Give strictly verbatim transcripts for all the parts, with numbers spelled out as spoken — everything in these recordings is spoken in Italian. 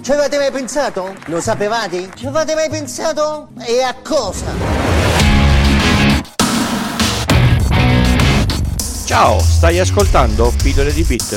Ci avete mai pensato? Lo sapevate? Ci avete mai pensato? E a cosa? Ciao, stai ascoltando Pillole di Bit.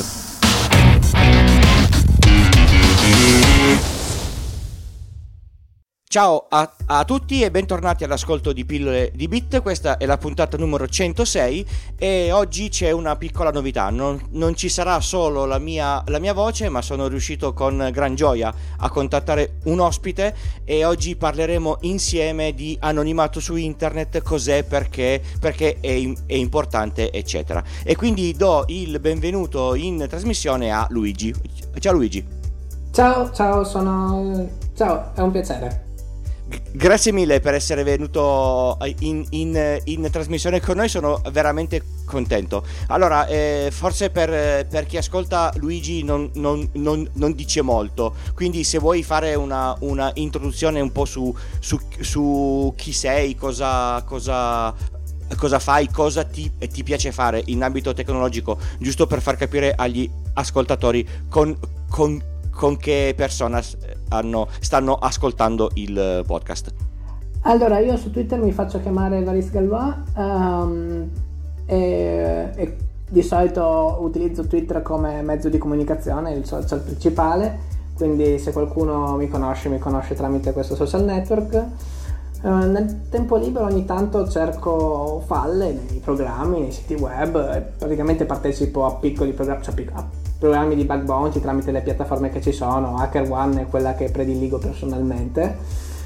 Ciao a, a tutti e bentornati all'ascolto di Pillole di Bit. Questa è la puntata numero centosei e oggi c'è una piccola novità. Non, non ci sarà solo la mia, la mia voce, ma sono riuscito con gran gioia a contattare un ospite e oggi parleremo insieme di anonimato su internet, cos'è, perché, perché è, è importante, eccetera. E quindi do il benvenuto in trasmissione a Luigi. Ciao Luigi. Ciao, ciao, sono... Ciao, è un piacere. Grazie mille per essere venuto in, in, in trasmissione con noi, sono veramente contento. Allora, eh, forse per, per chi ascolta Luigi non, non, non, non dice molto, quindi se vuoi fare una, una introduzione un po' su, su, su chi sei, cosa, cosa, cosa fai, cosa ti, ti piace fare in ambito tecnologico, giusto per far capire agli ascoltatori con, con, con che persona hanno, stanno ascoltando il podcast. Allora, io su Twitter mi faccio chiamare Varis Galois um, e, e di solito utilizzo Twitter come mezzo di comunicazione, il social principale, quindi se qualcuno mi conosce mi conosce tramite questo social network. Uh, nel tempo libero ogni tanto cerco falle nei programmi, nei siti web, e praticamente partecipo a piccoli programmi, cioè pic- a programmi di bug bounty tramite le piattaforme che ci sono. HackerOne è quella che prediligo personalmente.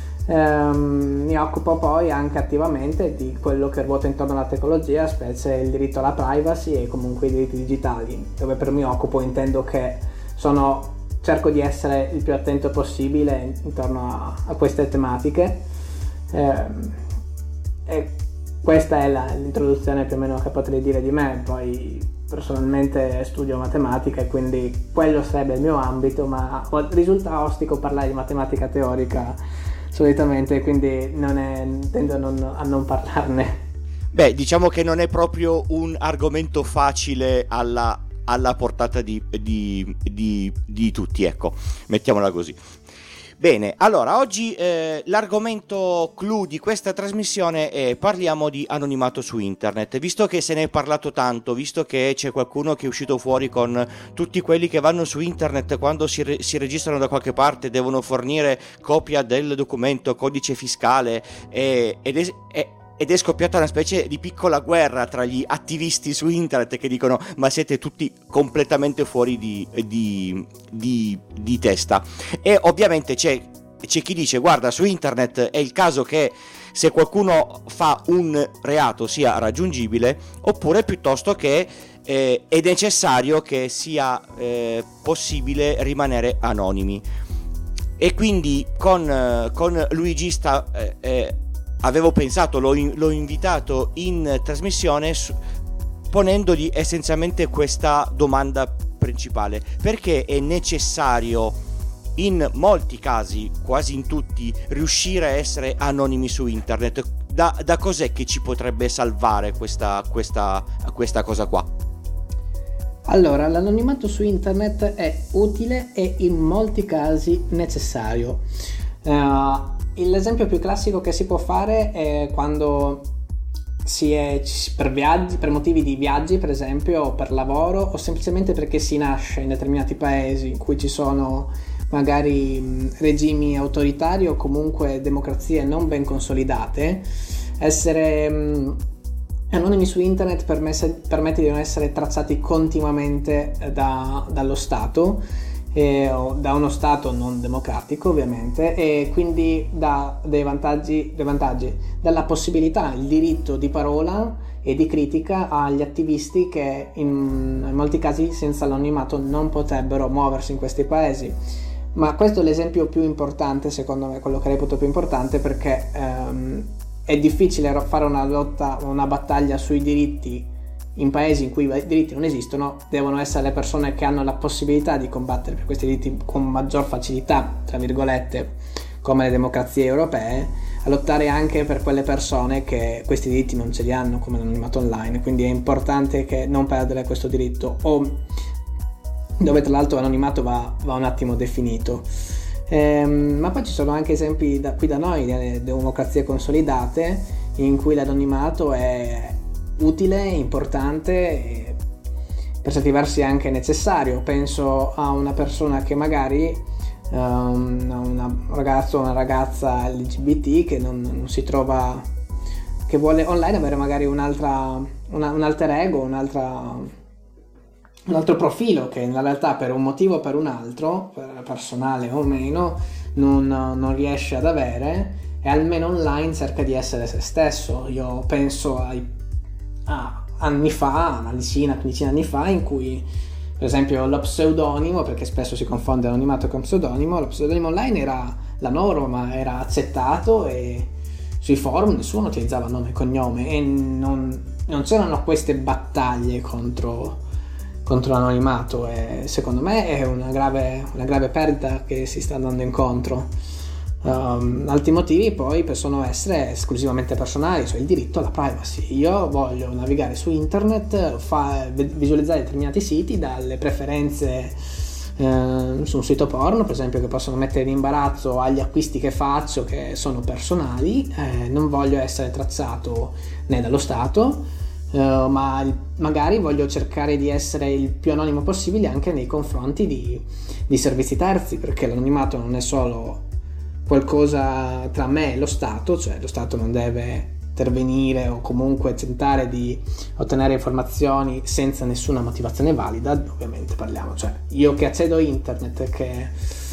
Ehm, mi occupo poi anche attivamente di quello che ruota intorno alla tecnologia, specie il diritto alla privacy e comunque i diritti digitali, dove per mi occupo intendo che sono cerco di essere il più attento possibile intorno a, a queste tematiche. Ehm, e questa è la, l'introduzione più o meno che potrei dire di me. Poi personalmente studio matematica e quindi quello sarebbe il mio ambito, ma risulta ostico parlare di matematica teorica solitamente, quindi non è, tendo a non, a non parlarne. Beh, diciamo che non è proprio un argomento facile alla, alla portata di, di, di, di tutti, ecco, mettiamola così. Bene, allora oggi eh, l'argomento clou di questa trasmissione è parliamo di anonimato su internet. Visto che se ne è parlato tanto, visto che c'è qualcuno che è uscito fuori con tutti quelli che vanno su internet quando si, re- si registrano da qualche parte devono fornire copia del documento, codice fiscale e, ed è... è ed è scoppiata una specie di piccola guerra tra gli attivisti su internet che dicono ma siete tutti completamente fuori di, di, di, di testa. E ovviamente c'è, c'è chi dice guarda, su internet è il caso che se qualcuno fa un reato sia raggiungibile, oppure piuttosto che eh, è necessario che sia eh, possibile rimanere anonimi. E quindi con, con Luigi sta... Eh, eh, avevo pensato, l'ho, l'ho invitato in trasmissione su, ponendogli essenzialmente questa domanda principale: perché è necessario in molti casi, quasi in tutti, riuscire a essere anonimi su internet? Da, da cos'è che ci potrebbe salvare questa, questa, questa cosa qua? Allora, l'anonimato su internet è utile e in molti casi necessario. Uh, L'esempio più classico che si può fare è quando si è per viaggi, per motivi di viaggi per esempio, o per lavoro, o semplicemente perché si nasce in determinati paesi in cui ci sono magari regimi autoritari o comunque democrazie non ben consolidate. Essere mh, anonimi su internet permesse, permette di non essere tracciati continuamente da, dallo Stato, Eh, o da uno stato non democratico ovviamente, e quindi dà dei vantaggi, dei vantaggi dalla possibilità, il diritto di parola e di critica agli attivisti che in, in molti casi senza l'anonimato non potrebbero muoversi in questi paesi. Ma questo è l'esempio più importante, secondo me, quello che reputo più importante, perché ehm, è difficile fare una lotta, una battaglia sui diritti in paesi in cui i diritti non esistono. Devono essere le persone che hanno la possibilità di combattere per questi diritti con maggior facilità, tra virgolette, come le democrazie europee, a lottare anche per quelle persone che questi diritti non ce li hanno, come l'anonimato online. Quindi è importante che non perdere questo diritto, o dove tra l'altro l'anonimato va, va un attimo definito. Ehm, ma poi ci sono anche esempi da, qui da noi, delle democrazie consolidate, in cui l'anonimato è utile, importante e per certi versi anche necessario. Penso a una persona che magari um, un ragazzo o una ragazza L G B T che non, non si trova, che vuole online avere magari un'altra una, un alter ego, un'altra un altro profilo che in realtà per un motivo o per un altro, personale o meno, non, non riesce ad avere, e almeno online cerca di essere se stesso. Io penso ai, a anni fa, una decina, quindicina anni fa, in cui per esempio lo pseudonimo, perché spesso si confonde anonimato con pseudonimo, lo pseudonimo online era la norma, era accettato e sui forum nessuno utilizzava nome e cognome e non, non c'erano queste battaglie contro, contro l'anonimato, e secondo me è una grave, una grave perdita che si sta andando incontro. Um, altri motivi poi possono essere esclusivamente personali, cioè il diritto alla privacy. Io voglio navigare su internet, fa, visualizzare determinati siti dalle preferenze eh, su un sito porno, per esempio, che possono mettere in imbarazzo agli acquisti che faccio, che sono personali. Eh, non voglio essere tracciato né dallo Stato, eh, ma magari voglio cercare di essere il più anonimo possibile anche nei confronti di, di servizi terzi, perché l'anonimato non è solo qualcosa tra me e lo Stato, cioè lo Stato non deve intervenire o comunque tentare di ottenere informazioni senza nessuna motivazione valida. Ovviamente parliamo, cioè io che accedo a internet, che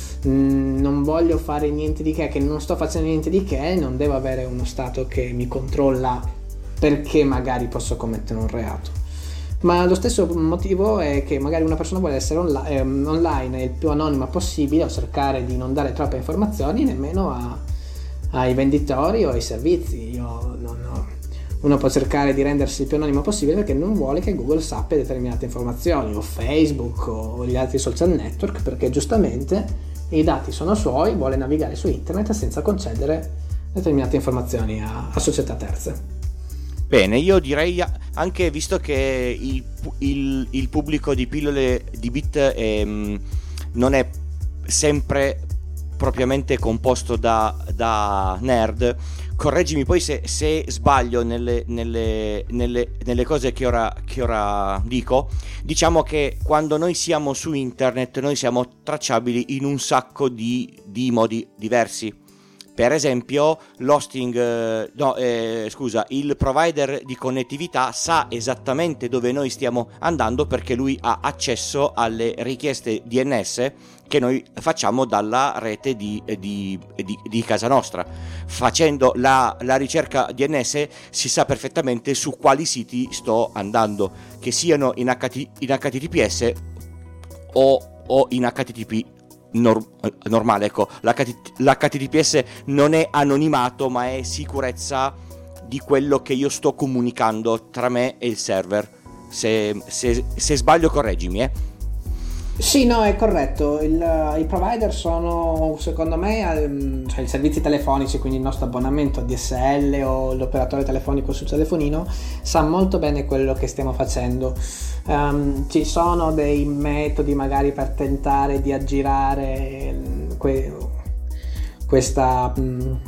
mh, non voglio fare niente di che, che non sto facendo niente di che, non devo avere uno Stato che mi controlla perché magari posso commettere un reato. Ma lo stesso motivo è che magari una persona vuole essere onla- eh, online il più anonima possibile, o cercare di non dare troppe informazioni nemmeno a, ai venditori o ai servizi. Io non ho, uno può cercare di rendersi il più anonimo possibile perché non vuole che Google sappia determinate informazioni, o Facebook o gli altri social network, perché giustamente i dati sono suoi, vuole navigare su internet senza concedere determinate informazioni a, a società terze. Bene, io direi, anche visto che il, il, il pubblico di pillole di bit è, non è sempre propriamente composto da, da nerd, correggimi poi se, se sbaglio nelle, nelle, nelle, nelle cose che ora, che ora dico. Diciamo che quando noi siamo su internet noi siamo tracciabili in un sacco di, di modi diversi. Per esempio l'hosting, eh, no, eh, scusa, il provider di connettività sa esattamente dove noi stiamo andando, perché lui ha accesso alle richieste D N S che noi facciamo dalla rete di, di, di, di casa nostra. Facendo la, la ricerca D N S si sa perfettamente su quali siti sto andando, che siano in, H T, in H T T P S o, o in H T T P Nor- normale. Ecco, l'H T T P S non è anonimato, ma è sicurezza di quello che io sto comunicando tra me e il server. Se, se, se sbaglio correggimi, eh. Sì, no, è corretto. Il, I provider sono, secondo me, cioè i servizi telefonici, quindi il nostro abbonamento a D S L o l'operatore telefonico sul telefonino, sa molto bene quello che stiamo facendo. Um, ci sono dei metodi magari per tentare di aggirare que, questa... Mh,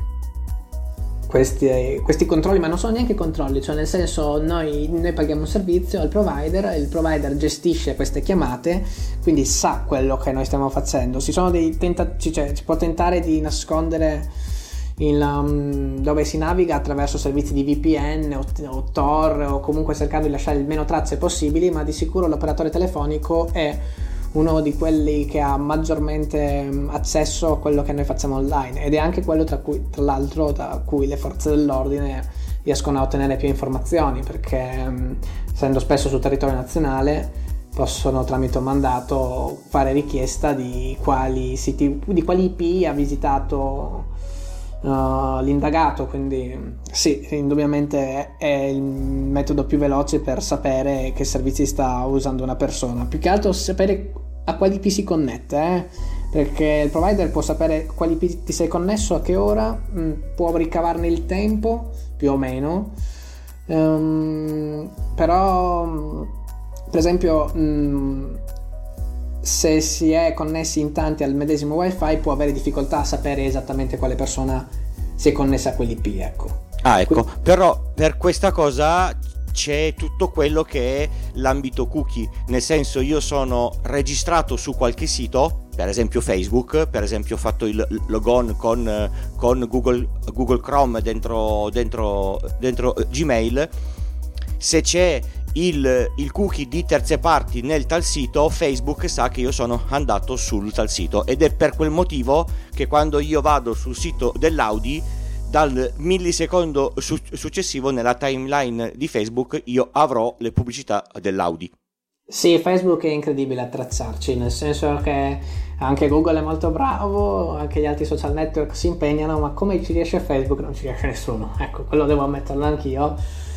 Questi, questi controlli, ma non sono neanche controlli, cioè nel senso noi, noi paghiamo un servizio al provider, il provider gestisce queste chiamate, quindi sa quello che noi stiamo facendo. Ci sono dei tentativi, cioè si può tentare di nascondere il, um, dove si naviga attraverso servizi di V P N o, o Tor, o comunque cercando di lasciare il meno tracce possibili, ma di sicuro l'operatore telefonico è uno di quelli che ha maggiormente accesso a quello che noi facciamo online, ed è anche quello tra cui, tra l'altro, da cui le forze dell'ordine riescono a ottenere più informazioni, perché essendo spesso sul territorio nazionale possono tramite un mandato fare richiesta di quali siti, di quali I P ha visitato uh, l'indagato. Quindi sì, indubbiamente è il metodo più veloce per sapere che servizi sta usando una persona, più che altro sapere a quali I P si connette, eh? Perché il provider può sapere a quali I P ti sei connesso, a che ora, mh, può ricavarne il tempo più o meno, um, però per esempio mh, se si è connessi in tanti al medesimo wifi può avere difficoltà a sapere esattamente quale persona si è connessa a quell'I P, ecco. Ah, ecco, però per questa cosa c'è tutto quello che è l'ambito cookie, nel senso, io sono registrato su qualche sito, per esempio Facebook, per esempio ho fatto il logon con, con Google, Google Chrome dentro, dentro, dentro Gmail. Se c'è il, il cookie di terze parti nel tal sito, Facebook sa che io sono andato sul tal sito, ed è per quel motivo che quando io vado sul sito dell'Audi, dal millisecondo su- successivo nella timeline di Facebook io avrò le pubblicità dell'Audi. Sì, Facebook è incredibile a tracciarci, nel senso che anche Google è molto bravo, anche gli altri social network si impegnano, ma come ci riesce Facebook non ci riesce nessuno. Ecco, quello devo ammetterlo anch'io.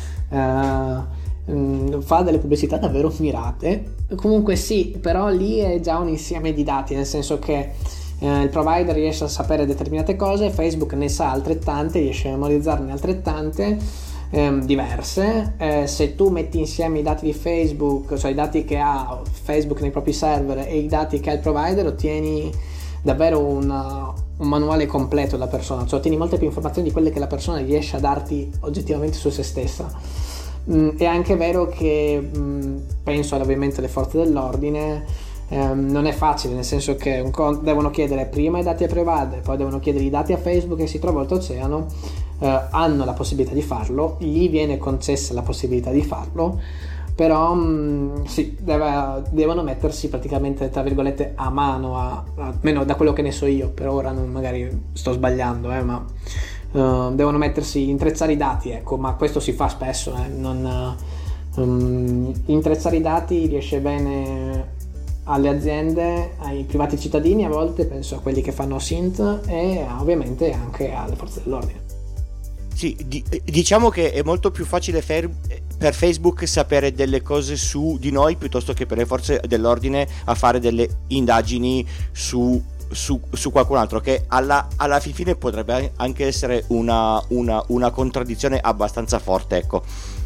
Uh, fa delle pubblicità davvero mirate. Comunque sì, però lì è già un insieme di dati, nel senso che eh, il provider riesce a sapere determinate cose, Facebook ne sa altrettante, riesce a memorizzarne altrettante ehm, diverse. Eh, se tu metti insieme i dati di Facebook, cioè i dati che ha Facebook nei propri server e i dati che ha il provider, ottieni davvero una, un manuale completo della persona, cioè ottieni molte più informazioni di quelle che la persona riesce a darti oggettivamente su se stessa. Mm, è anche vero che mm, penso ovviamente alle forze dell'ordine. Um, non è facile, nel senso che un con- devono chiedere prima i dati a provider, poi devono chiedere i dati a Facebook che si trova oltreoceano. Uh, hanno la possibilità di farlo, gli viene concessa la possibilità di farlo, però um, sì, deve, devono mettersi praticamente tra virgolette a mano, a, a, almeno da quello che ne so io, per ora non, magari sto sbagliando, eh, ma uh, devono mettersi, intrezzare i dati, ecco, ma questo si fa spesso, eh, non, uh, um, intrezzare i dati riesce bene alle aziende, ai privati cittadini, a volte penso a quelli che fanno S I N T e ovviamente anche alle forze dell'ordine. Sì, di, diciamo che è molto più facile fer, per Facebook sapere delle cose su di noi piuttosto che per le forze dell'ordine a fare delle indagini su, su, su qualcun altro, che alla, alla fine potrebbe anche essere una, una, una contraddizione abbastanza forte, ecco.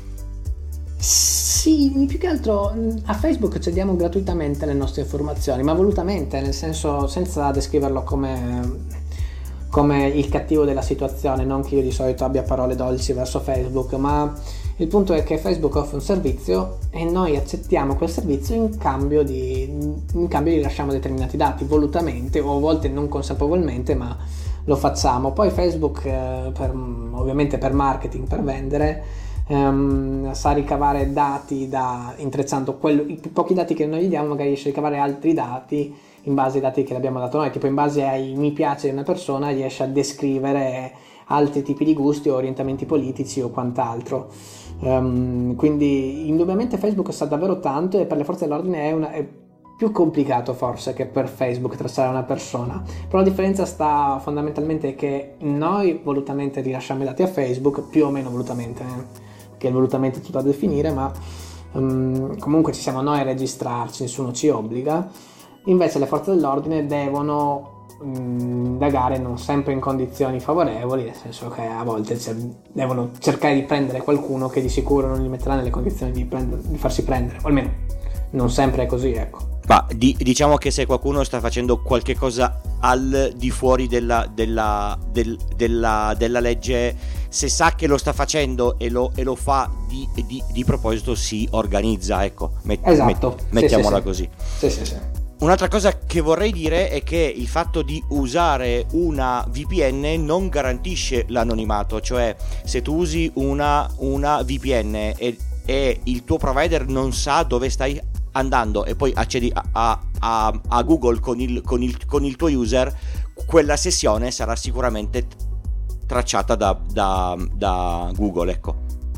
Sì, più che altro a Facebook cediamo gratuitamente le nostre informazioni, ma volutamente, nel senso, senza descriverlo come, come il cattivo della situazione, non che io di solito abbia parole dolci verso Facebook, ma il punto è che Facebook offre un servizio e noi accettiamo quel servizio in cambio di, in cambio gli lasciamo determinati dati, volutamente o a volte non consapevolmente, ma lo facciamo. Poi Facebook, eh, per, ovviamente per marketing, per vendere, Um, sa ricavare dati da intrezzando quello, i pochi dati che noi gli diamo, magari riesce a ricavare altri dati in base ai dati che le abbiamo dato noi, tipo in base ai mi piace di una persona riesce a descrivere altri tipi di gusti o orientamenti politici o quant'altro. Um, quindi indubbiamente Facebook sa davvero tanto, e per le forze dell'ordine è, una, è più complicato forse che per Facebook tracciare una persona, però la differenza sta fondamentalmente che noi volutamente rilasciamo i dati a Facebook, più o meno volutamente, eh? che volutamente è tutto da definire, ma um, comunque ci siamo noi a registrarci, nessuno ci obbliga. Invece le forze dell'ordine devono um, indagare non sempre in condizioni favorevoli, nel senso che a volte devono cercare di prendere qualcuno che di sicuro non li metterà nelle condizioni di, prendere, di farsi prendere, o almeno non sempre è così, ecco. Ma di, diciamo che se qualcuno sta facendo qualche cosa al di fuori della, della, del, della, della legge, se sa che lo sta facendo e lo, e lo fa di, di, di proposito, si organizza, ecco. Met, esatto. met, mettiamola sì, sì, così. Sì, sì, sì. Un'altra cosa che vorrei dire è che il fatto di usare una V P N non garantisce l'anonimato, cioè se tu usi una, una V P N e, e il tuo provider non sa dove stai andando e poi accedi a, a, a Google con il, con, il, con il tuo user, quella sessione sarà sicuramente tracciata da, da, da Google, ecco.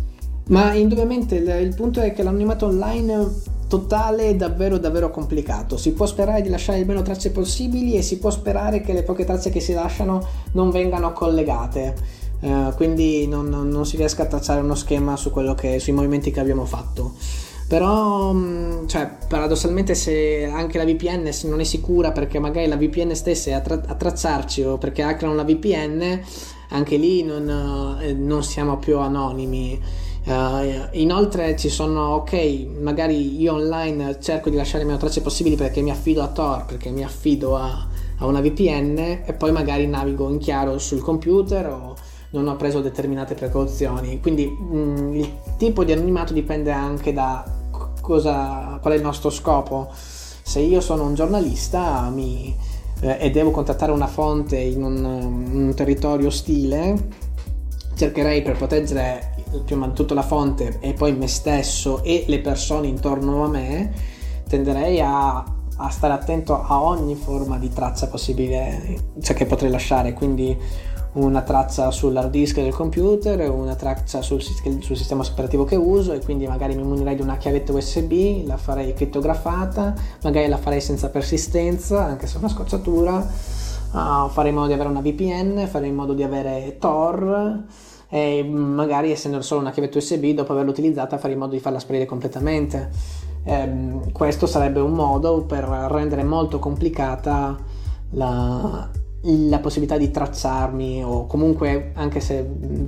Ma indubbiamente il, il punto è che l'anonimato online totale è davvero davvero complicato. Si può sperare di lasciare il meno tracce possibili e si può sperare che le poche tracce che si lasciano non vengano collegate, uh, quindi non, non, non si riesca a tracciare uno schema su quello che, sui movimenti che abbiamo fatto. Però, cioè, paradossalmente, se anche la V P N se non è sicura perché magari la V P N stessa è a, tra- a tracciarci, o perché hackerano la V P N, anche lì non, eh, non siamo più anonimi. Uh, inoltre ci sono, ok, magari io online cerco di lasciare le meno tracce possibili perché mi affido a Tor, perché mi affido a, a una V P N, e poi magari navigo in chiaro sul computer o non ho preso determinate precauzioni. Quindi mh, il tipo di anonimato dipende anche da cosa, qual è il nostro scopo. Se io sono un giornalista mi, eh, e devo contattare una fonte in un, un territorio ostile, cercherei, per proteggere prima di tutto la fonte e poi me stesso e le persone intorno a me, tenderei a, a stare attento a ogni forma di traccia possibile, cioè che potrei lasciare. Quindi una traccia sull'hard disk del computer, una traccia sul, sul sistema operativo che uso, e quindi magari mi munirei di una chiavetta U S B, la farei crittografata, magari la farei senza persistenza, anche se è una scocciatura, uh, farei in modo di avere una V P N, farei in modo di avere Tor, e magari, essendo solo una chiavetta U S B, dopo averla utilizzata farei in modo di farla sparire completamente. Ehm, questo sarebbe un modo per rendere molto complicata la, la possibilità di tracciarmi, o comunque, anche se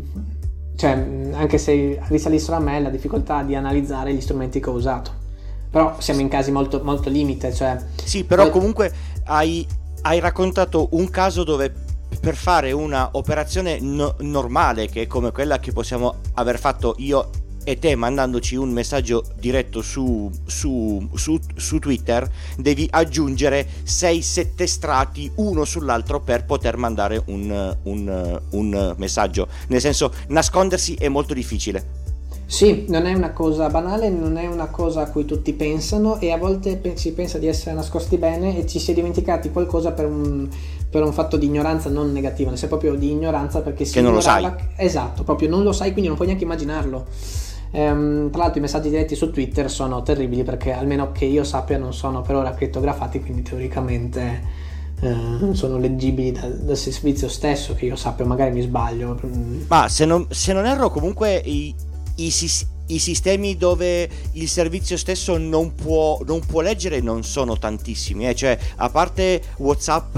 cioè anche se risalissero a me, la difficoltà di analizzare gli strumenti che ho usato. Però siamo in casi molto, molto limite, cioè sì, però poi... comunque hai, hai raccontato un caso dove, per fare una operazione no- normale, che è come quella che possiamo aver fatto io e te mandandoci un messaggio diretto su, su, su, su Twitter, devi aggiungere sei sette strati uno sull'altro per poter mandare un, un, un messaggio. Nel senso, nascondersi è molto difficile. Sì, non è una cosa banale, non è una cosa a cui tutti pensano, e a volte si pensa di essere nascosti bene e ci si è dimenticati qualcosa per un, per un fatto di ignoranza non negativa, nel senso proprio di ignoranza, perché si che non lo sai. Esatto, proprio non lo sai, quindi non puoi neanche immaginarlo. Ehm, tra l'altro i messaggi diretti su Twitter sono terribili, perché almeno che io sappia non sono per ora crittografati, quindi teoricamente eh, sono leggibili dal, dal servizio stesso, che io sappia, magari mi sbaglio. Ma se non, se non erro, comunque i I, i sistemi dove il servizio stesso non può, non può leggere non sono tantissimi, eh? Cioè, a parte WhatsApp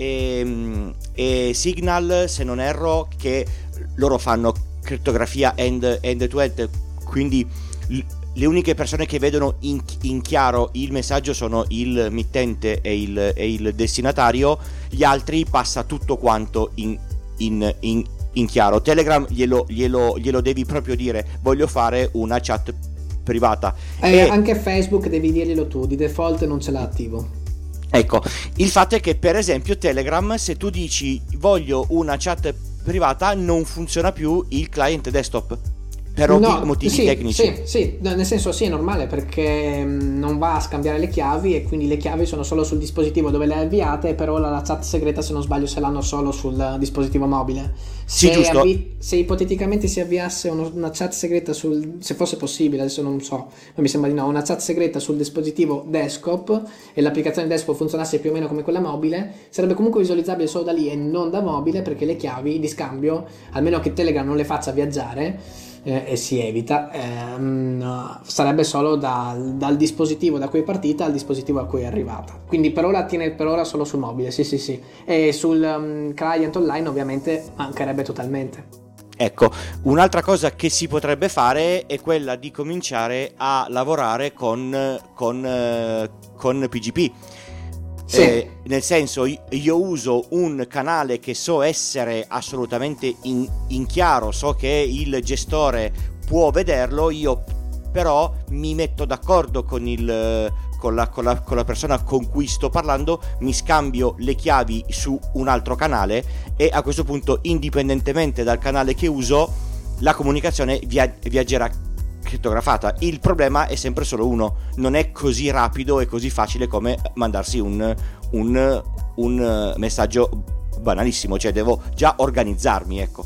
e, e Signal, se non erro, che loro fanno crittografia end, end to end, quindi le uniche persone che vedono in, in chiaro il messaggio sono il mittente e il, e il destinatario. Gli altri passa tutto quanto in, in, in in chiaro. Telegram glielo, glielo, glielo devi proprio dire: voglio fare una chat privata. Eh, e anche Facebook devi dirglielo tu, di default non ce l'ha attivo. Ecco, il fatto è che, per esempio, Telegram, se tu dici voglio una chat privata, non funziona più il client desktop per ovvi no, motivi sì, tecnici. Sì, sì, nel senso sì, è normale, perché non va a scambiare le chiavi, e quindi le chiavi sono solo sul dispositivo dove le hai avviate, e però la chat segreta, se non sbaglio, se l'hanno solo sul dispositivo mobile. Sì, se, giusto. avvi- se ipoteticamente si avviasse uno, una chat segreta sul, se fosse possibile, adesso non so, ma mi sembra di no, una chat segreta sul dispositivo desktop, e l'applicazione desktop funzionasse più o meno come quella mobile, sarebbe comunque visualizzabile solo da lì e non da mobile, perché le chiavi di scambio, almeno che Telegram non le faccia viaggiare, Eh, e si evita, ehm, sarebbe solo da, dal dispositivo da cui è partita al dispositivo a cui è arrivata. Quindi per ora tiene per ora solo sul mobile, sì sì sì, e sul um, client online ovviamente mancherebbe totalmente. Ecco, un'altra cosa che si potrebbe fare è quella di cominciare a lavorare con, con, eh, con P G P. Sì. Eh, nel senso, io uso un canale che so essere assolutamente in, in chiaro, so che il gestore può vederlo, io però mi metto d'accordo con, il, con, la, con, la, con la persona con cui sto parlando, mi scambio le chiavi su un altro canale, e a questo punto, indipendentemente dal canale che uso, la comunicazione via, viaggerà crittografata. Il problema è sempre solo uno: non è così rapido e così facile come mandarsi un, un, un messaggio banalissimo, cioè devo già organizzarmi, ecco.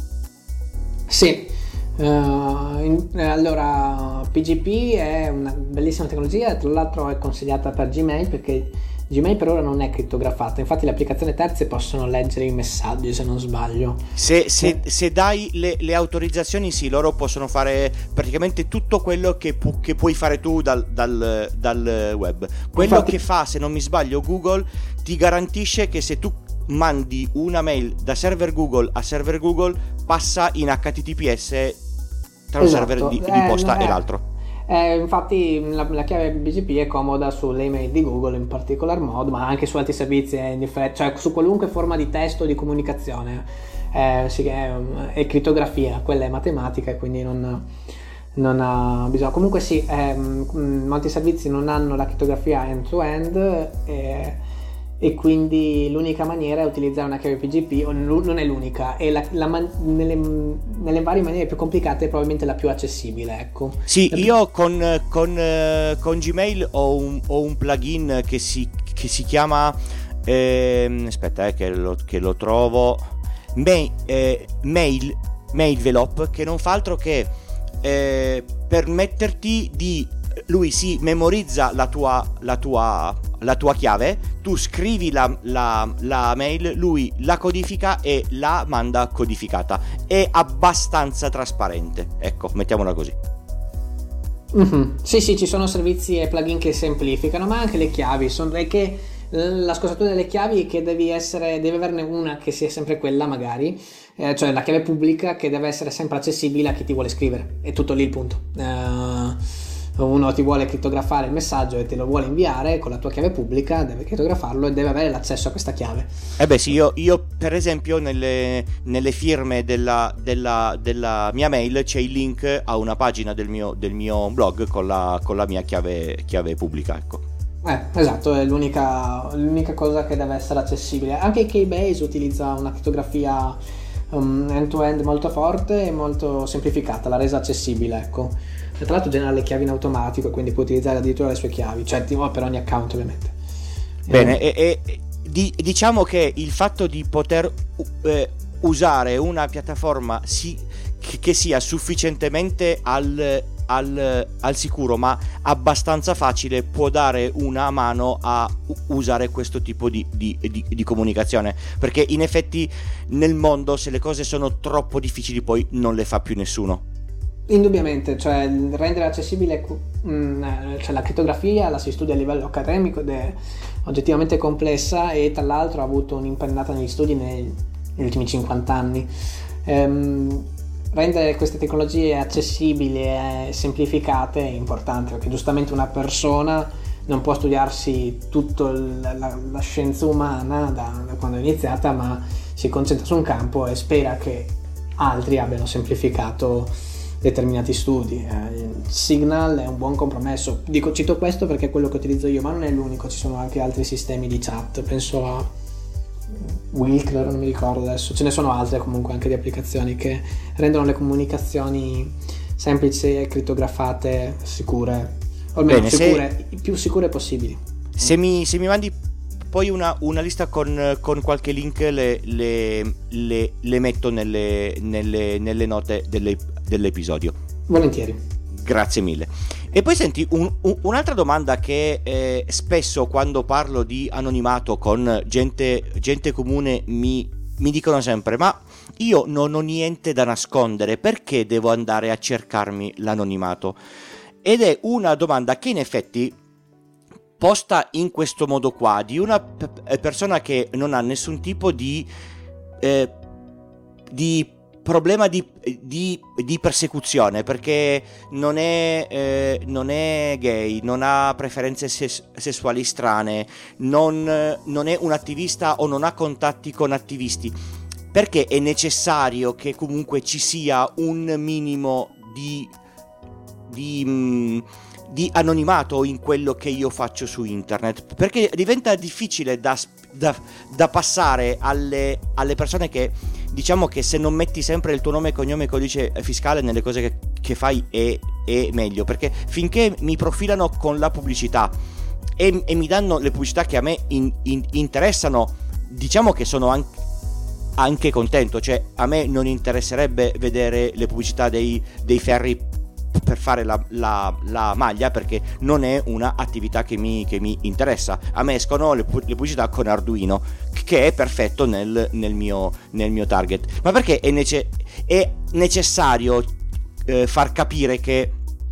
Sì, uh, in, allora P G P è una bellissima tecnologia, tra l'altro è consigliata per Gmail, perché Gmail per ora non è crittografata, infatti le applicazioni terze possono leggere i messaggi, se non sbaglio. Se, se, se dai le, le autorizzazioni, sì, loro possono fare praticamente tutto quello che, pu- che puoi fare tu dal, dal, dal web. Quello infatti... che fa, se non mi sbaglio, Google ti garantisce che se tu mandi una mail da server Google a server Google, passa in H T T P S tra un Esatto. server di, di Eh, posta no, e eh, l'altro. eh, infatti la, la chiave B G P è comoda sulle email di Google in particolar modo, ma anche su altri servizi, eh, in effetti, cioè su qualunque forma di testo o di comunicazione. Eh, sì, è, è crittografia, quella è matematica e quindi non, non ha bisogno. Comunque sì, ehm, molti servizi non hanno la crittografia end-to-end, eh, e quindi l'unica maniera è utilizzare una chiave P G P, o non è l'unica, è la, la man- nelle, nelle varie maniere più complicate è probabilmente la più accessibile, ecco. Sì, La più- io con, con, eh, con Gmail ho un, ho un plugin che si, che si chiama ehm, aspetta eh, che, lo, che lo trovo Mail, eh, Mail Mailvelop, che non fa altro che eh, permetterti di lui si memorizza la tua, la tua, la tua chiave, tu scrivi la, la, la mail, lui la codifica e la manda codificata. È abbastanza trasparente, ecco, mettiamola così. Mhm. Sì, sì, ci sono servizi e plugin che semplificano, ma anche le chiavi. Sono è che la scosatura delle chiavi è che devi essere, devi averne una che sia sempre quella, magari, eh, cioè la chiave pubblica che deve essere sempre accessibile a chi ti vuole scrivere. È tutto lì il punto. Eh, uno ti vuole crittografare il messaggio e te lo vuole inviare con la tua chiave pubblica, deve crittografarlo e deve avere l'accesso a questa chiave. Eh beh sì, io, io per esempio nelle, nelle firme della, della, della mia mail c'è il link a una pagina del mio, del mio blog con la, con la mia chiave, chiave pubblica, ecco. Eh, esatto, è l'unica, l'unica cosa che deve essere accessibile. Anche Keybase utilizza una crittografia um, end-to-end molto forte e molto semplificata, l'ha resa accessibile, ecco. E tra l'altro genera le chiavi in automatico, quindi puoi utilizzare addirittura le sue chiavi, cioè tipo, per ogni account ovviamente. Bene, Eh, e, e di, diciamo che il fatto di poter eh, usare una piattaforma si, che, che sia sufficientemente al, al, al sicuro ma abbastanza facile può dare una mano a usare questo tipo di, di, di, di comunicazione, perché in effetti nel mondo se le cose sono troppo difficili poi non le fa più nessuno. Indubbiamente, cioè rendere accessibile mh, cioè, la crittografia la si studia a livello accademico ed è oggettivamente complessa e tra l'altro ha avuto un'impennata negli studi negli, negli ultimi cinquanta anni. Ehm, rendere queste tecnologie accessibili e semplificate è importante, perché giustamente una persona non può studiarsi tutta la, la, la scienza umana da, da quando è iniziata, ma si concentra su un campo e spera che altri abbiano semplificato determinati studi. eh, Signal è un buon compromesso. Dico, cito questo perché è quello che utilizzo io, ma non è l'unico, ci sono anche altri sistemi di chat, penso a Wilkler, non mi ricordo adesso, ce ne sono altre comunque anche di applicazioni che rendono le comunicazioni semplici e crittografate sicure, o almeno Bene, sicure, se, più sicure possibili. Se mi, se mi mandi poi una, una lista con, con qualche link le, le, le, le metto nelle, nelle, nelle note delle, dell'episodio. Volentieri. Grazie mille. E poi senti, un, un, un'altra domanda che eh, spesso quando parlo di anonimato con gente, gente comune mi, mi dicono sempre: ma io non ho niente da nascondere, perché devo andare a cercarmi l'anonimato? Ed è una domanda che in effetti, posta in questo modo qua, di una p- persona che non ha nessun tipo di eh, di problema di, di, di persecuzione, perché non è, eh, non è gay, non ha preferenze ses- sessuali strane, non, non è un attivista o non ha contatti con attivisti, perché è necessario che comunque ci sia un minimo di di mh, di anonimato in quello che io faccio su internet, perché diventa difficile da, da, da passare alle, alle persone che, diciamo che se non metti sempre il tuo nome, cognome e codice fiscale nelle cose che, che fai è, è meglio, perché finché mi profilano con la pubblicità e, e mi danno le pubblicità che a me in, in, interessano, diciamo che sono anche anche contento, cioè a me non interesserebbe vedere le pubblicità dei, dei ferri per fare la, la, la maglia, perché non è una attività che mi, che mi interessa. A me escono le, le pubblicità con Arduino, che è perfetto nel, nel, mio, nel mio target, ma perché è, nece- è necessario eh, far capire che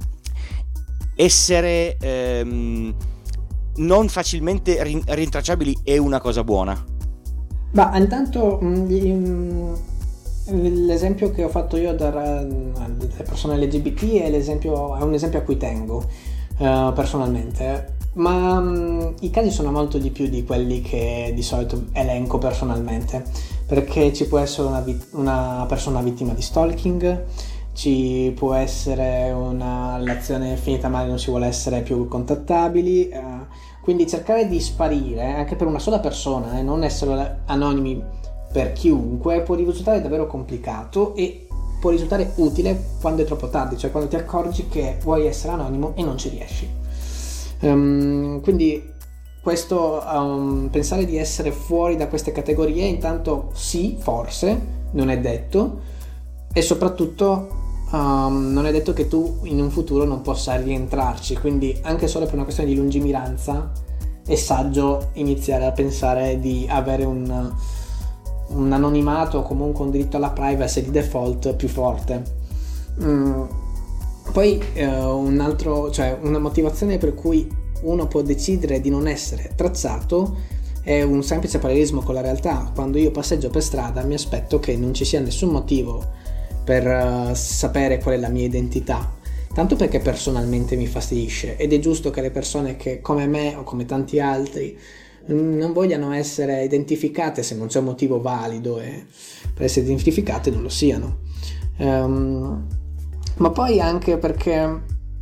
essere ehm, non facilmente rin- rintracciabili è una cosa buona. Ma intanto mh, l'esempio che ho fatto io delle persone L G B T è, l'esempio, è un esempio a cui tengo uh, personalmente, ma um, i casi sono molto di più di quelli che di solito elenco personalmente, perché ci può essere una, vit- una persona vittima di stalking, ci può essere una relazione finita male, non si vuole essere più contattabili, uh, quindi cercare di sparire anche per una sola persona e eh, non essere anonimi per chiunque può risultare davvero complicato e può risultare utile quando è troppo tardi, cioè quando ti accorgi che vuoi essere anonimo e non ci riesci. Um, quindi questo um, pensare di essere fuori da queste categorie, intanto sì, forse non è detto, e soprattutto um, non è detto che tu in un futuro non possa rientrarci, quindi anche solo per una questione di lungimiranza è saggio iniziare a pensare di avere un un anonimato o comunque un diritto alla privacy di default più forte. Mm. Poi eh, un altro, cioè una motivazione per cui uno può decidere di non essere tracciato è un semplice parallelismo con la realtà. Quando io passeggio per strada mi aspetto che non ci sia nessun motivo per uh, sapere qual è la mia identità, tanto perché personalmente mi fastidisce, ed è giusto che le persone che come me o come tanti altri non vogliano essere identificate se non c'è un motivo valido e per essere identificate non lo siano. Um, ma poi anche perché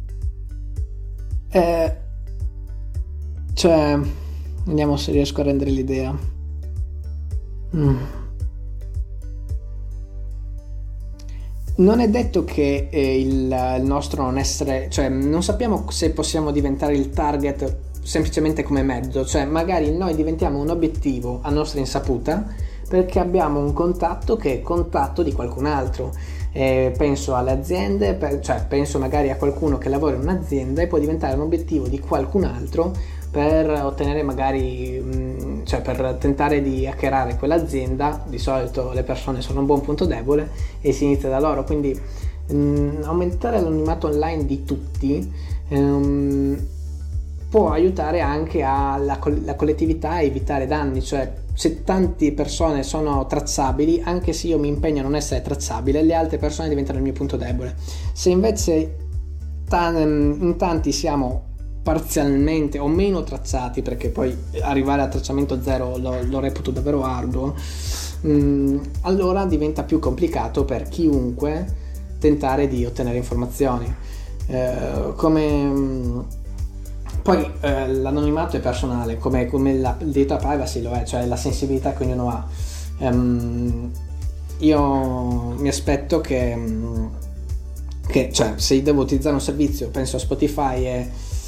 eh, cioè vediamo se riesco a rendere l'idea. mm. Non è detto che eh, il, il nostro non essere, cioè non sappiamo se possiamo diventare il target semplicemente come mezzo, cioè magari noi diventiamo un obiettivo a nostra insaputa perché abbiamo un contatto che è contatto di qualcun altro. Eh, penso alle aziende, per, cioè penso magari a qualcuno che lavora in un'azienda e può diventare un obiettivo di qualcun altro per ottenere magari, mh, cioè per tentare di hackerare quell'azienda. Di solito le persone sono un buon punto debole e si inizia da loro, quindi mh, aumentare l'anonimato online di tutti um, può aiutare anche alla la collettività a evitare danni, cioè se tante persone sono tracciabili, anche se io mi impegno a non essere tracciabile, le altre persone diventano il mio punto debole. Se invece t- in tanti siamo parzialmente o meno tracciati, perché poi arrivare al tracciamento zero lo, lo reputo davvero arduo, mh, allora diventa più complicato per chiunque tentare di ottenere informazioni. Eh, come... Mh, Poi eh, l'anonimato è personale, come, come la, il diritto alla privacy lo è, cioè la sensibilità che ognuno ha. Um, io mi aspetto che, che, cioè, se devo utilizzare un servizio, penso a Spotify e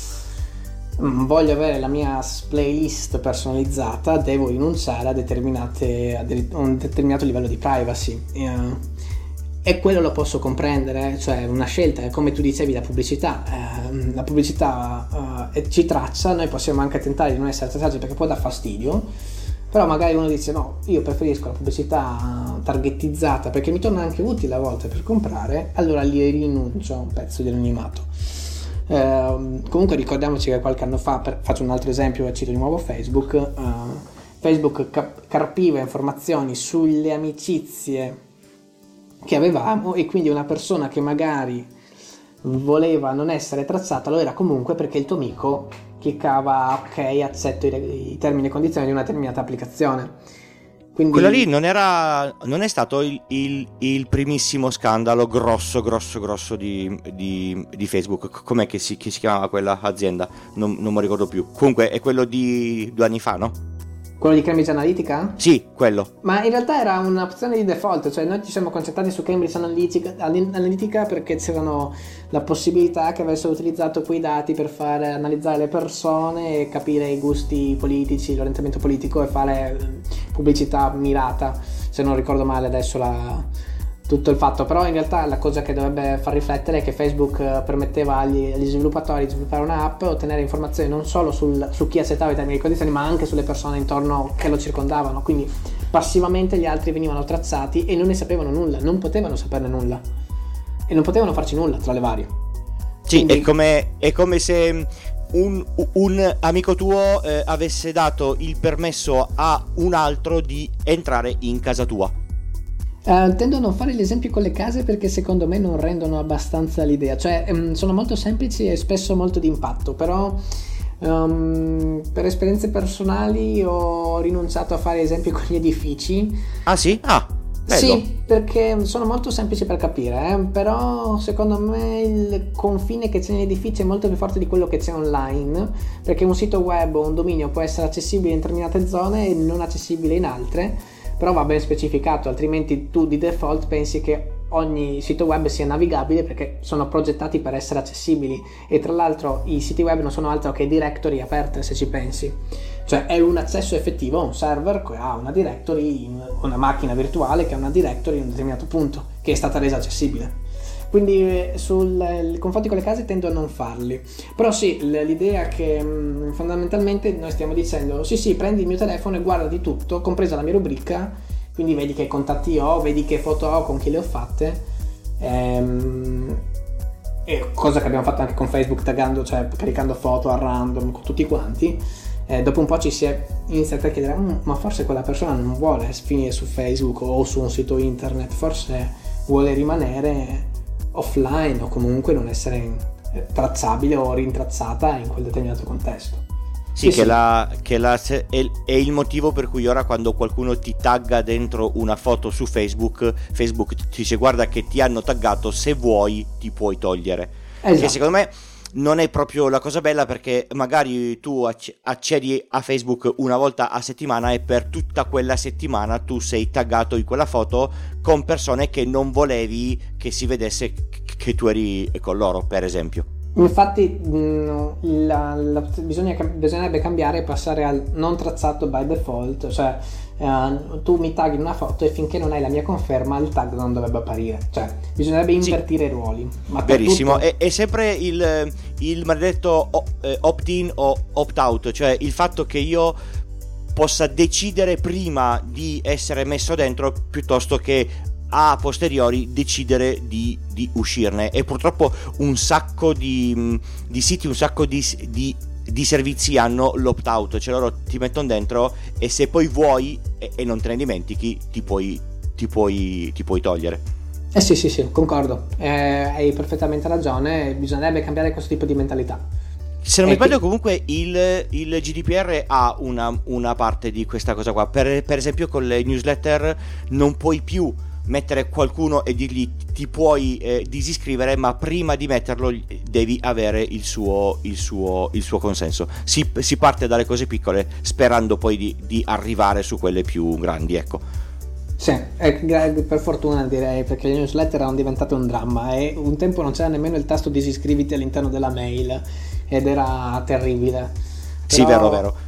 um, voglio avere la mia playlist personalizzata, devo rinunciare a, determinate, a de- un determinato livello di privacy. Uh, E quello lo posso comprendere, cioè una scelta, è come tu dicevi, la pubblicità, eh, la pubblicità eh, ci traccia, noi possiamo anche tentare di non essere tracciati perché può dar fastidio, però magari uno dice no, io preferisco la pubblicità targetizzata perché mi torna anche utile a volte per comprare, allora lì rinuncio a un pezzo di anonimato. Eh, comunque ricordiamoci che qualche anno fa, per, faccio un altro esempio, cito di nuovo Facebook, eh, Facebook cap- carpiva informazioni sulle amicizie che avevamo, e quindi una persona che magari voleva non essere tracciata lo era comunque perché il tuo amico cliccava ok, accetto i, i termini e condizioni di una determinata applicazione. Quindi quella lì non era, non è stato il, il, il primissimo scandalo grosso grosso grosso di, di, di Facebook. Com'è che si, che si chiamava quella azienda? Non, non mi ricordo più. Comunque è quello di due anni fa, no? Quello di Cambridge Analytica? Sì, quello. Ma in realtà era un'opzione di default, cioè noi ci siamo concentrati su Cambridge Analytica, Analytica perché c'erano la possibilità che avessero utilizzato quei dati per fare analizzare le persone e capire i gusti politici, l'orientamento politico e fare pubblicità mirata, se non ricordo male adesso la... tutto il fatto. Però in realtà la cosa che dovrebbe far riflettere è che Facebook permetteva agli, agli sviluppatori di sviluppare un'app, ottenere informazioni non solo sul, su chi accettava i termini e condizioni, ma anche sulle persone intorno che lo circondavano, quindi passivamente gli altri venivano tracciati e non ne sapevano nulla, non potevano saperne nulla e non potevano farci nulla tra le varie. Sì, quindi... è come, è come se un, un amico tuo eh, avesse dato il permesso a un altro di entrare in casa tua. Uh, tendo a non fare gli esempi con le case perché secondo me non rendono abbastanza l'idea, cioè um, sono molto semplici e spesso molto di impatto, però um, per esperienze personali ho rinunciato a fare esempi con gli edifici. Ah sì? Ah, bello. Sì, perché sono molto semplici per capire, eh? Però secondo me il confine che c'è negli edifici è molto più forte di quello che c'è online, perché un sito web o un dominio può essere accessibile in determinate zone e non accessibile in altre, però va ben specificato, altrimenti tu di default pensi che ogni sito web sia navigabile perché sono progettati per essere accessibili, e tra l'altro i siti web non sono altro che directory aperte, se ci pensi, cioè è un accesso effettivo a un server che ha una directory, una macchina virtuale che ha una directory in un determinato punto che è stata resa accessibile. Quindi sul confronti con le case tendo a non farli, però sì, l'idea che mh, fondamentalmente noi stiamo dicendo sì sì prendi il mio telefono e guarda di tutto, compresa la mia rubrica, quindi vedi che contatti ho, vedi che foto ho, con chi le ho fatte, ehm, e cosa che abbiamo fatto anche con Facebook, taggando, cioè caricando foto a random con tutti quanti. Eh, dopo un po' ci si è iniziato a chiedere mm, ma forse quella persona non vuole finire su Facebook o su un sito internet, forse vuole rimanere offline o comunque non essere tracciabile o rintracciata in quel determinato contesto. Sì, sì, che, sì. La, che la, è, è il motivo per cui ora quando qualcuno ti tagga dentro una foto su Facebook, Facebook ti dice guarda che ti hanno taggato, se vuoi ti puoi togliere. Esatto. Che secondo me non è proprio la cosa bella, perché magari tu accedi a Facebook una volta a settimana e per tutta quella settimana tu sei taggato in quella foto con persone che non volevi che si vedesse che tu eri con loro, per esempio. Infatti la, la, bisogna, bisognerebbe cambiare e passare al non tracciato by default, cioè uh, tu mi tagli in una foto e finché non hai la mia conferma il tag non dovrebbe apparire, cioè bisognerebbe invertire i ruoli. Ma verissimo, tutto... è, è sempre il, il maledetto opt-in o opt-out, cioè il fatto che io possa decidere prima di essere messo dentro piuttosto che a posteriori decidere di, di uscirne. E purtroppo un sacco di, di siti, un sacco di, di, di servizi hanno l'opt-out, cioè loro ti mettono dentro e se poi vuoi e, e non te ne dimentichi ti puoi, ti puoi, ti puoi togliere. Eh sì sì sì, concordo, eh, hai perfettamente ragione, bisognerebbe cambiare questo tipo di mentalità. Se non mi E sbaglio che... comunque il, il G D P R ha una, una parte di questa cosa qua, per, per esempio con le newsletter non puoi più mettere qualcuno e dirgli ti puoi eh, disiscrivere, ma prima di metterlo devi avere il suo, il suo, il suo consenso. Si, si parte dalle cose piccole sperando poi di, di arrivare su quelle più grandi, ecco. Sì, eh, per fortuna direi, perché le newsletter erano diventate un dramma e un tempo non c'era nemmeno il tasto disiscriviti all'interno della mail ed era terribile. Però, sì, vero, vero.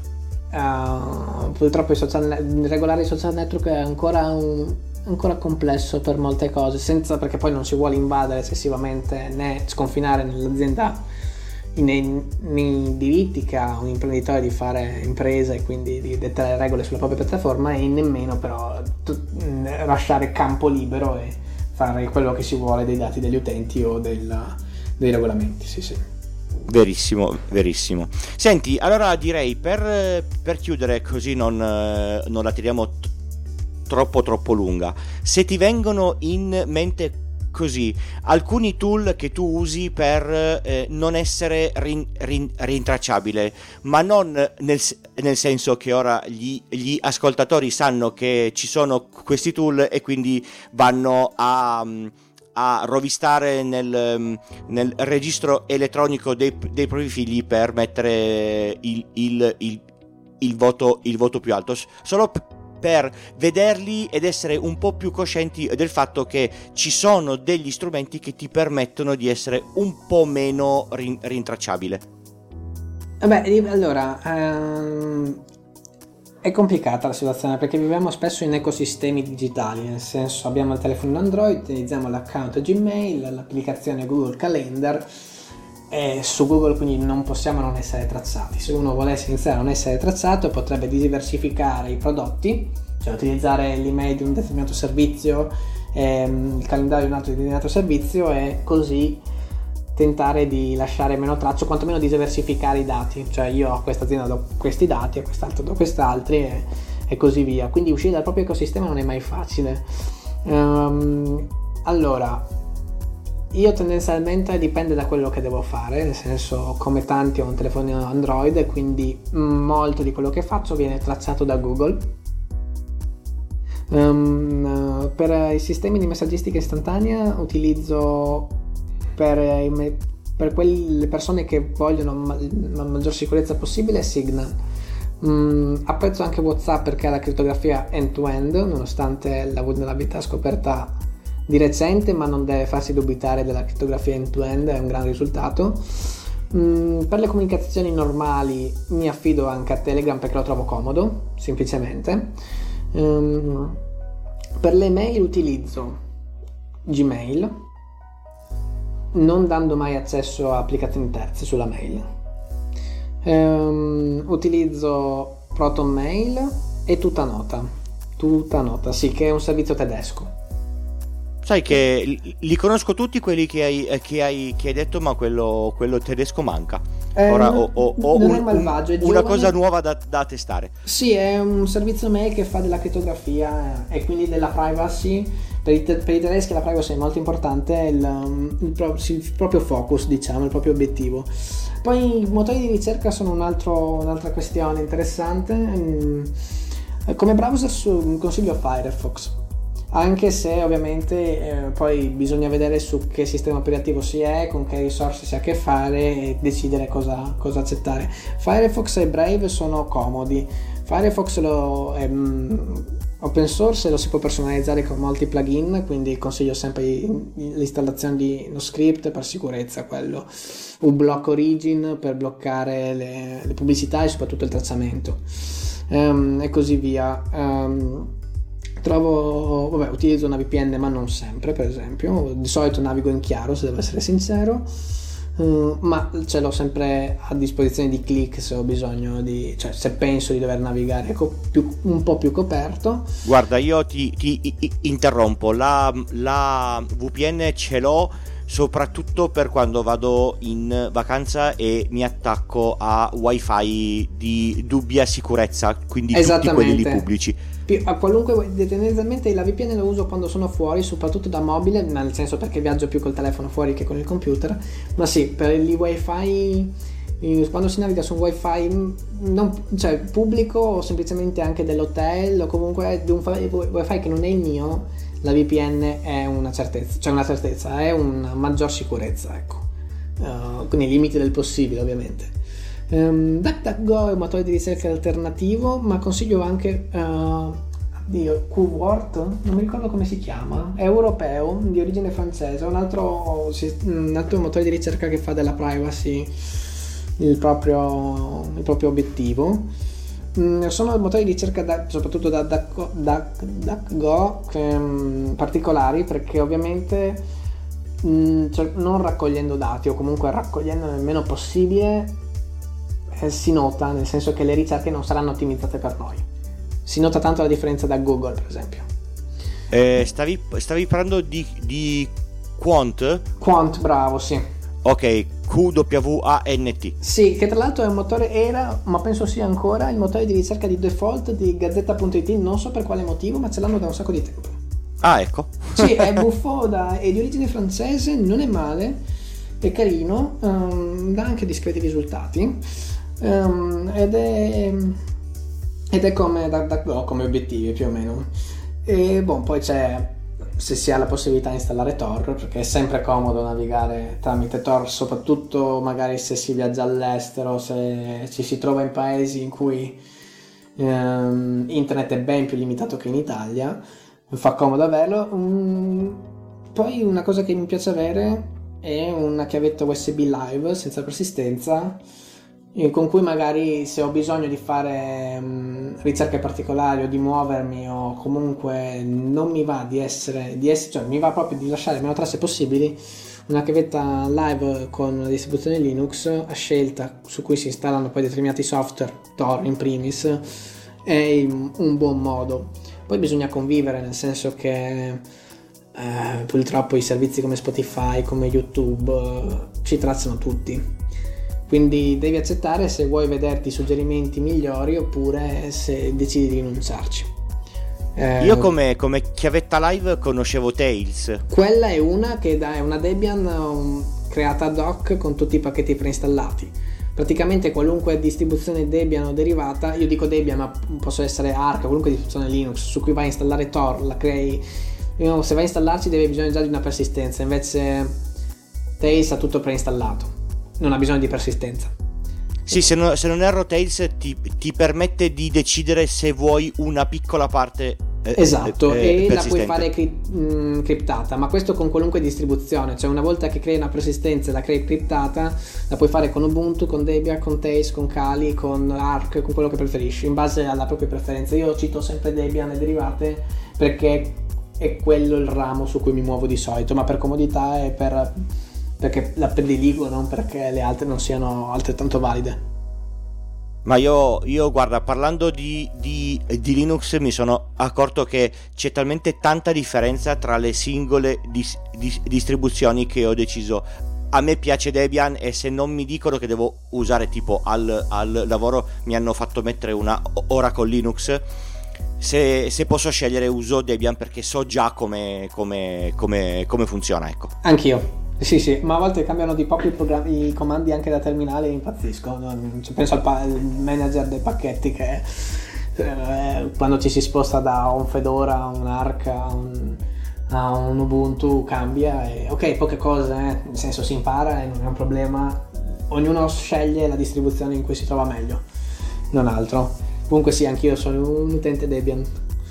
Uh, purtroppo i social, regolare i social network è ancora un ancora complesso per molte cose, senza, perché poi non si vuole invadere eccessivamente né sconfinare nell'azienda nei, nei diritti che ha un imprenditore di fare impresa e quindi di dettare regole sulla propria piattaforma, e nemmeno però t- lasciare campo libero e fare quello che si vuole dei dati degli utenti o del, dei regolamenti. Sì sì, verissimo, verissimo. Senti, allora direi per, per chiudere, così non, non la tiriamo t- troppo troppo lunga, se ti vengono in mente così alcuni tool che tu usi per eh, non essere rin, rin, rintracciabile, ma non nel, nel senso che ora gli, gli ascoltatori sanno che ci sono questi tool e quindi vanno a, a rovistare nel, nel registro elettronico dei, dei propri figli per mettere il, il, il, il, voto, il voto più alto, solo p- per vederli ed essere un po' più coscienti del fatto che ci sono degli strumenti che ti permettono di essere un po' meno rin- rintracciabile. Vabbè, allora ehm, è complicata la situazione perché viviamo spesso in ecosistemi digitali, nel senso abbiamo il telefono Android, utilizziamo l'account Gmail, l'applicazione Google Calendar e su Google, quindi non possiamo non essere tracciati. Se uno volesse iniziare a non essere tracciato potrebbe diversificare i prodotti, cioè utilizzare l'email di un determinato servizio, ehm, il calendario di un altro determinato servizio e così tentare di lasciare meno traccia, o quantomeno diversificare i dati, cioè io a questa azienda do questi dati, a quest'altro do quest'altri e, e così via. Quindi uscire dal proprio ecosistema non è mai facile. Um, allora, io tendenzialmente dipende da quello che devo fare, nel senso, come tanti ho un telefonino Android, quindi molto di quello che faccio viene tracciato da Google. Um, per i sistemi di messaggistica istantanea utilizzo per, i, per quelle persone che vogliono ma- la maggior sicurezza possibile Signal. Um, apprezzo anche WhatsApp perché ha la crittografia end-to-end, nonostante la vulnerabilità scoperta di recente, ma non deve farsi dubitare della crittografia end-to-end, è un gran risultato. Um, per le comunicazioni normali mi affido anche a Telegram perché lo trovo comodo, semplicemente. Um, per le mail utilizzo Gmail, non dando mai accesso a applicazioni terze sulla mail. Um, utilizzo ProtonMail e Tutanota. Tutanota, sì, che è un servizio tedesco. Sai che li conosco tutti quelli che hai, che hai, che hai detto, ma quello, quello tedesco manca. Eh, Ora non, ho, ho, ho non un, è malvagio, è un, una giovane. cosa nuova da, da testare. Sì, è un servizio mail che fa della crittografia e quindi della privacy. Per i, te- per i tedeschi la privacy è molto importante, il, il, pro- il proprio focus, diciamo, il proprio obiettivo. Poi i motori di ricerca sono un altro, un'altra questione interessante. Mm, come browser su, consiglio Firefox, anche se ovviamente eh, poi bisogna vedere su che sistema operativo si è, con che risorse si ha a che fare e decidere cosa, cosa accettare. Firefox e Brave sono comodi. Firefox lo, è mm, open source e lo si può personalizzare con molti plugin, quindi consiglio sempre l'installazione di uno script per sicurezza, quello, un block origin per bloccare le, le pubblicità e soprattutto il tracciamento, um, e così via. Um, trovo, vabbè, utilizzo una V P N ma non sempre, per esempio, di solito navigo in chiaro se devo essere sincero. Uh, ma ce l'ho sempre a disposizione di click se ho bisogno di, cioè se penso di dover navigare co- più, un po' più coperto. Guarda, io ti, ti i- interrompo, la, la V P N ce l'ho soprattutto per quando vado in vacanza e mi attacco a wifi di dubbia sicurezza, quindi tutti quelli lì pubblici. A qualunque, tendenzialmente la V P N lo uso quando sono fuori, soprattutto da mobile, nel senso perché viaggio più col telefono fuori che con il computer, ma sì, per il wifi, quando si naviga su un wifi non, cioè pubblico o semplicemente anche dell'hotel o comunque di un wifi che non è il mio, la V P N è una certezza, cioè una certezza, è una maggior sicurezza, ecco, uh, con i limiti del possibile ovviamente. Um, DuckDuckGo è un motore di ricerca alternativo, ma consiglio anche uh, Dio, QWORT, non mi ricordo come si chiama, è europeo, di origine francese, un altro, un altro motore di ricerca che fa della privacy il proprio, il proprio obiettivo. Mm, sono motori di ricerca da, soprattutto da DuckDuckGo che, um, particolari, perché ovviamente mm, cioè, non raccogliendo dati o comunque raccogliendone il meno possibile, si nota, nel senso che le ricerche non saranno ottimizzate per noi. Si nota tanto la differenza da Google, per esempio. Eh, stavi, stavi parlando di, di Quant? Quant, bravo, sì. Ok, Q W A N T. Sì, che tra l'altro è un motore, era, ma penso sia ancora, il motore di ricerca di default di Gazzetta punto it, non so per quale motivo, ma ce l'hanno da un sacco di tempo. Ah, ecco. Sì, è buffo, da, è di origine francese, non è male, è carino, um, dà anche discreti risultati. Um, ed è ed è come DuckDuckGo come obiettivi più o meno. E boh, poi c'è, se si ha la possibilità di installare Tor, perché è sempre comodo navigare tramite Tor, soprattutto magari se si viaggia all'estero, se ci si trova in paesi in cui um, internet è ben più limitato che in Italia, fa comodo averlo. Um, poi una cosa che mi piace avere è una chiavetta U S B Live senza persistenza, con cui magari se ho bisogno di fare um, ricerche particolari o di muovermi, o comunque non mi va di essere, di essere cioè mi va proprio di lasciare meno tracce possibili, una chiavetta live con una distribuzione Linux a scelta su cui si installano poi determinati software, Tor in primis, è un buon modo. Poi bisogna convivere, nel senso che eh, purtroppo i servizi come Spotify, come YouTube eh, ci tracciano tutti. Quindi devi accettare se vuoi vederti suggerimenti migliori oppure se decidi di rinunciarci. Eh, Io come, come chiavetta live conoscevo Tails. Quella è una che da- è una Debian um, creata ad hoc con tutti i pacchetti preinstallati. Praticamente qualunque distribuzione Debian o derivata, io dico Debian ma posso essere Arch, qualunque distribuzione Linux su cui vai a installare Tor, la crei, io, se vai a installarci deve bisogno già di una persistenza, invece Tails ha tutto preinstallato, non ha bisogno di persistenza. Sì, se non, se non erro Tails ti, ti permette di decidere se vuoi una piccola parte eh, Esatto, eh, e la puoi persistente. fare cri- mh, criptata, ma questo con qualunque distribuzione, cioè una volta che crei una persistenza e la crei criptata, la puoi fare con Ubuntu, con Debian, con Tails, con Kali, con Arch, con quello che preferisci, in base alla propria preferenza. Io cito sempre Debian e derivate perché è quello il ramo su cui mi muovo di solito, ma per comodità e per, perché la prediligo, non perché le altre non siano altrettanto valide. Ma io, io guarda, parlando di, di, di Linux mi sono accorto che c'è talmente tanta differenza tra le singole dis, dis, distribuzioni che ho deciso. A me piace Debian e se non mi dicono che devo usare tipo al, al lavoro, mi hanno fatto mettere una Oracle Linux, se, se posso scegliere uso Debian perché so già come, come, come, come funziona, ecco. Anch'io. Sì, sì, ma a volte cambiano di proprio i, programmi, i comandi anche da terminale e impazzisco. Non- cioè, penso al, pa- al manager dei pacchetti che eh, quando ci si sposta da un Fedora a un Arch a un, a un Ubuntu cambia e ok, poche cose, eh, nel senso si impara e non è un problema. Ognuno sceglie la distribuzione in cui si trova meglio, non altro. Comunque sì, anch'io sono un utente Debian.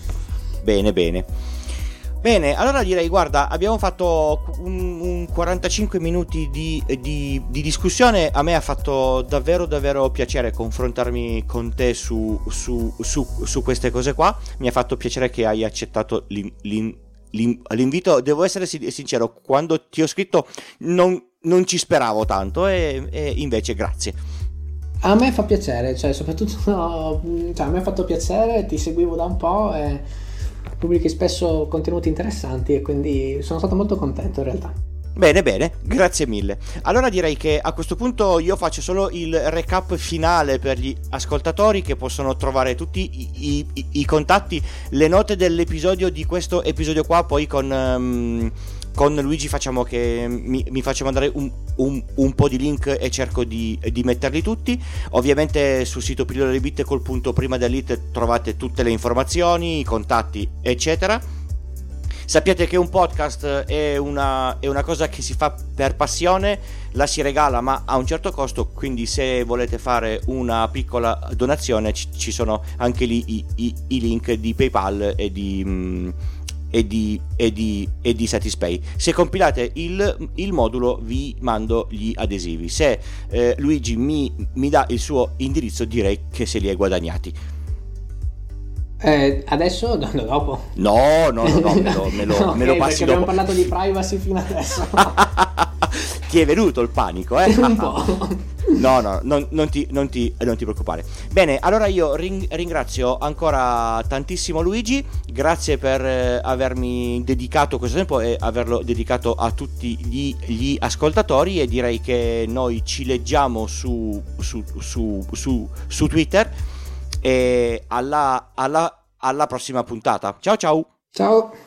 Bene, bene. Bene, allora direi, guarda, abbiamo fatto un, un quarantacinque minuti di, di, di discussione. A me ha fatto davvero davvero piacere confrontarmi con te su, su, su, su queste cose qua. Mi ha fatto piacere che hai accettato l'in, l'in, l'in, l'invito. Devo essere sincero, quando ti ho scritto non, non ci speravo tanto e, e invece grazie. A me fa piacere, cioè soprattutto no, cioè, a me ha fatto piacere, ti seguivo da un po' e pubblichi spesso contenuti interessanti e quindi sono stato molto contento in realtà. Bene, bene, grazie mille. Allora direi che a questo punto io faccio solo il recap finale per gli ascoltatori che possono trovare tutti i, i, i contatti, le note dell'episodio di questo episodio qua, poi con... Um, con Luigi facciamo che mi, mi faccio mandare un, un, un po' di link e cerco di, di metterli tutti. Ovviamente sul sito pillole di bit col punto prima dell'it trovate tutte le informazioni, i contatti eccetera. Sappiate che un podcast è una, è una cosa che si fa per passione, la si regala ma a un certo costo, quindi se volete fare una piccola donazione ci, ci sono anche lì i, i, i link di PayPal e di... Mm, E di, e, di, e di Satispay. Se compilate il, il modulo vi mando gli adesivi. Se eh, Luigi mi, mi dà il suo indirizzo direi che se li hai guadagnati. Eh, adesso o dopo? No, no, no, no, me lo, me lo, okay, me lo passi dopo. Abbiamo parlato di privacy fino adesso. Ti è venuto il panico, eh? Un po'. No, no, non, non, ti, non, ti, non ti preoccupare. Bene, allora io ring, ringrazio ancora tantissimo Luigi, grazie per eh, avermi dedicato questo tempo e averlo dedicato a tutti gli, gli ascoltatori, e direi che noi ci leggiamo su, su, su, su, su Twitter e alla, alla, alla prossima puntata. Ciao ciao! Ciao!